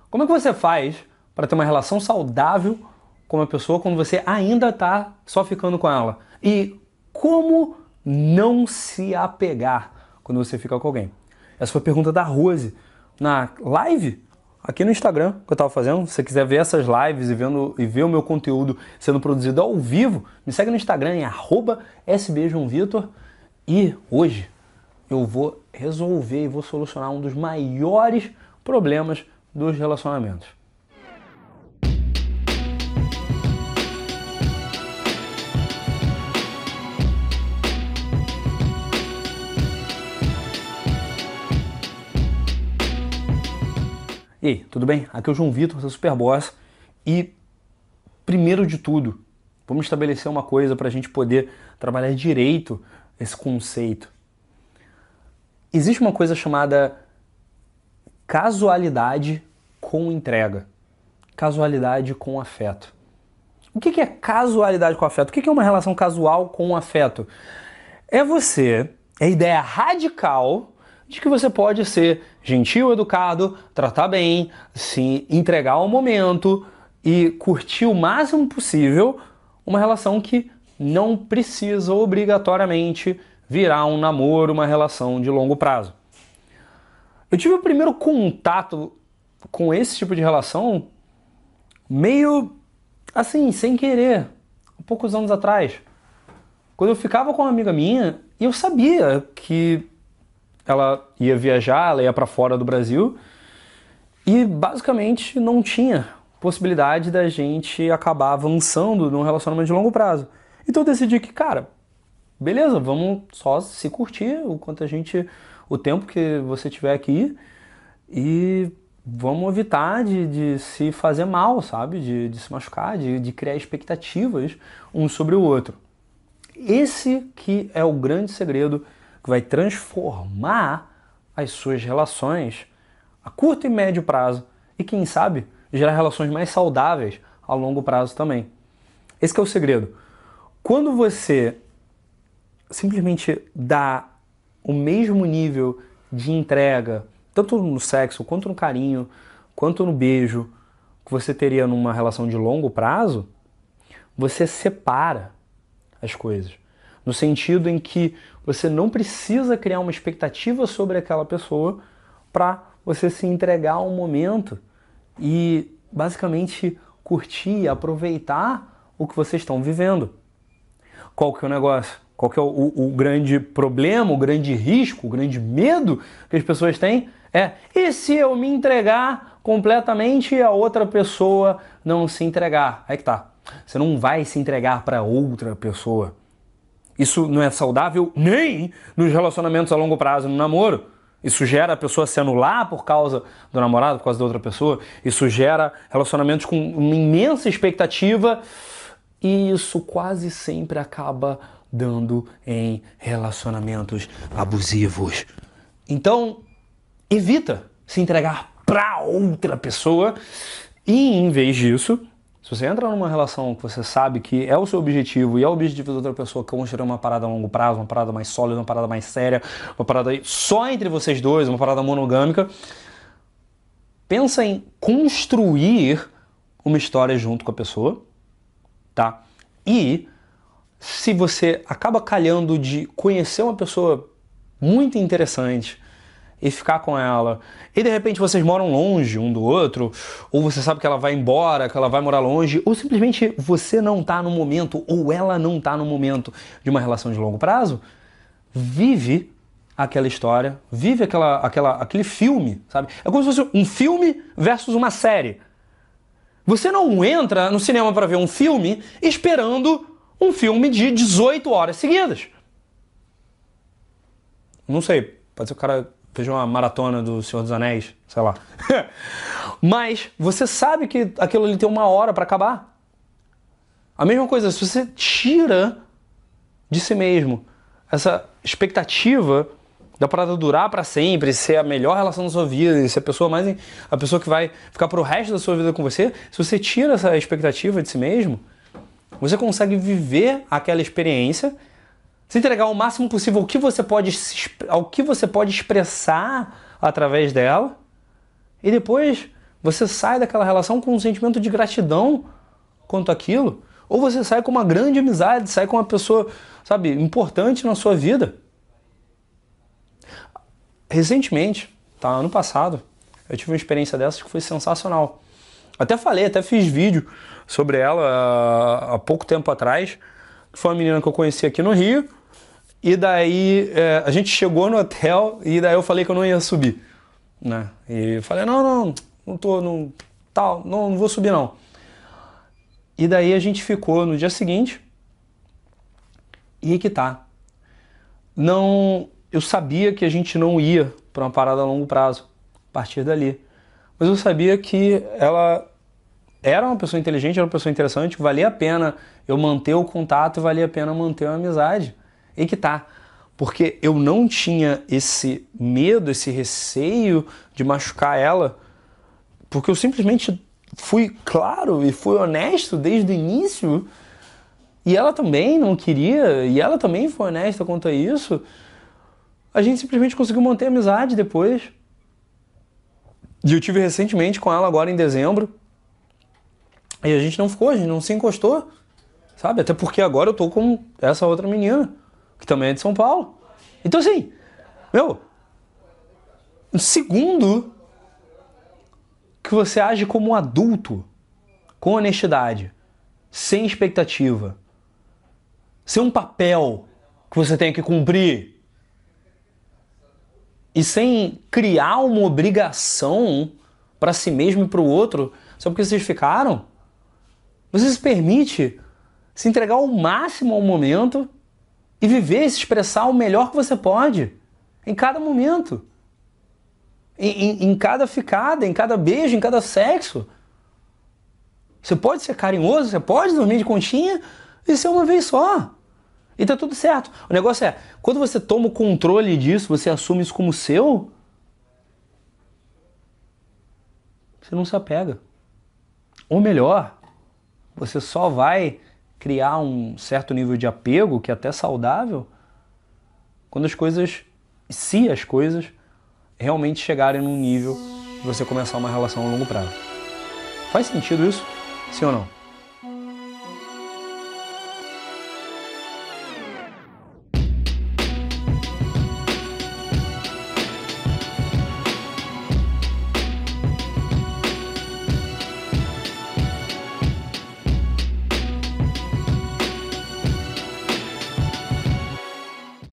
Como é que você faz para ter uma relação saudável com uma pessoa quando você ainda está só ficando com ela? E como não se apegar quando você fica com alguém? Essa foi a pergunta da Rose na live aqui no Instagram que eu estava fazendo. Se você quiser ver essas lives e ver o meu conteúdo sendo produzido ao vivo, me segue no Instagram em @sbjoãovitor. E hoje eu vou resolver e vou solucionar um dos maiores problemas dos relacionamentos. E aí, tudo bem? Aqui é o João Vitor, seu Superboss. E, primeiro de tudo, vamos estabelecer uma coisa para a gente poder trabalhar direito esse conceito. Existe uma coisa chamada casualidade com entrega. Casualidade com afeto. O que é casualidade com afeto? O que é uma relação casual com afeto? É a ideia radical de que você pode ser gentil, educado, tratar bem, se entregar ao momento e curtir o máximo possível uma relação que não precisa obrigatoriamente virar um namoro, uma relação de longo prazo. Eu tive o primeiro contato com esse tipo de relação meio assim, sem querer, há poucos anos atrás. Quando eu ficava com uma amiga minha e eu sabia que ela ia viajar, ela ia para fora do Brasil e basicamente não tinha possibilidade da gente acabar avançando num relacionamento de longo prazo. Então eu decidi que, cara, beleza, vamos só se curtir o tempo que você tiver aqui e vamos evitar de se fazer mal, sabe? De se machucar, de criar expectativas um sobre o outro. Esse que é o grande segredo que vai transformar as suas relações a curto e médio prazo e, quem sabe, gerar relações mais saudáveis a longo prazo também. Esse que é o segredo. Quando você simplesmente dá o mesmo nível de entrega, tanto no sexo, quanto no carinho, quanto no beijo, que você teria numa relação de longo prazo, você separa as coisas. No sentido em que você não precisa criar uma expectativa sobre aquela pessoa para você se entregar ao momento e basicamente curtir e aproveitar o que vocês estão vivendo. Qual que é o negócio? Qual que é o grande problema, o grande risco, o grande medo que as pessoas têm? E se eu me entregar completamente e a outra pessoa não se entregar? Aí que tá. Você não vai se entregar para outra pessoa. Isso não é saudável nem nos relacionamentos a longo prazo, no namoro. Isso gera a pessoa se anular por causa do namorado, por causa da outra pessoa. Isso gera relacionamentos com uma imensa expectativa e isso quase sempre acaba dando em relacionamentos abusivos. Então, evita se entregar para outra pessoa e, em vez disso, se você entra numa relação que você sabe que é o seu objetivo e é o objetivo da outra pessoa, que construir uma parada a longo prazo, uma parada mais sólida, uma parada mais séria, uma parada só entre vocês dois, uma parada monogâmica, pensa em construir uma história junto com a pessoa, tá? E se você acaba calhando de conhecer uma pessoa muito interessante e ficar com ela, e de repente vocês moram longe um do outro, ou você sabe que ela vai embora, que ela vai morar longe, ou simplesmente você não tá no momento, ou ela não tá no momento de uma relação de longo prazo, vive aquela história, vive aquele filme, sabe? É como se fosse um filme versus uma série. Você não entra no cinema para ver um filme esperando um filme de 18 horas seguidas. Não sei, pode ser que o cara fez uma maratona do Senhor dos Anéis, sei lá. Mas você sabe que aquilo ali tem 1 hora para acabar. A mesma coisa, se você tira de si mesmo essa expectativa da parada durar para sempre, ser a melhor relação da sua vida, ser a pessoa que vai ficar pro resto da sua vida com você, se você tira essa expectativa de si mesmo, você consegue viver aquela experiência, se entregar o máximo possível ao que você pode expressar através dela, e depois Você sai daquela relação com um sentimento de gratidão quanto àquilo, ou você sai com uma grande amizade, sai com uma pessoa, sabe, importante na sua vida. Recentemente, tá, ano passado, eu tive uma experiência dessas que foi sensacional. Até fiz vídeo sobre ela há pouco tempo atrás, que foi uma menina que eu conheci aqui no Rio, e daí a gente chegou no hotel e daí eu falei que eu não ia subir, né? E eu falei, não vou subir não. E daí a gente ficou no dia seguinte, e aí que tá. Não, eu sabia que a gente não ia para uma parada a longo prazo, a partir dali. Mas eu sabia que ela era uma pessoa inteligente, era uma pessoa interessante, valia a pena eu manter o contato e valia a pena manter a amizade. E que tá. Porque eu não tinha esse medo, esse receio de machucar ela, porque eu simplesmente fui claro e fui honesto desde o início, e ela também não queria, e ela também foi honesta quanto a isso. A gente simplesmente conseguiu manter a amizade depois. E eu tive recentemente com ela agora em dezembro, e a gente não se encostou, sabe? Até porque agora eu tô com essa outra menina, que também é de São Paulo. Então assim, segundo que você age como um adulto, com honestidade, sem expectativa, sem um papel que você tem que cumprir e sem criar uma obrigação para si mesmo e para o outro, só porque vocês ficaram, você se permite se entregar ao máximo ao momento e viver e se expressar o melhor que você pode em cada momento. Em cada ficada, em cada beijo, em cada sexo. Você pode ser carinhoso, você pode dormir de conchinha e ser uma vez só. E tá tudo certo. O negócio é, quando você toma o controle disso, você assume isso como seu, você não se apega. Ou melhor, você só vai criar um certo nível de apego, que é até saudável, quando se as coisas realmente chegarem num nível de você começar uma relação a longo prazo. Faz sentido isso? Sim ou não?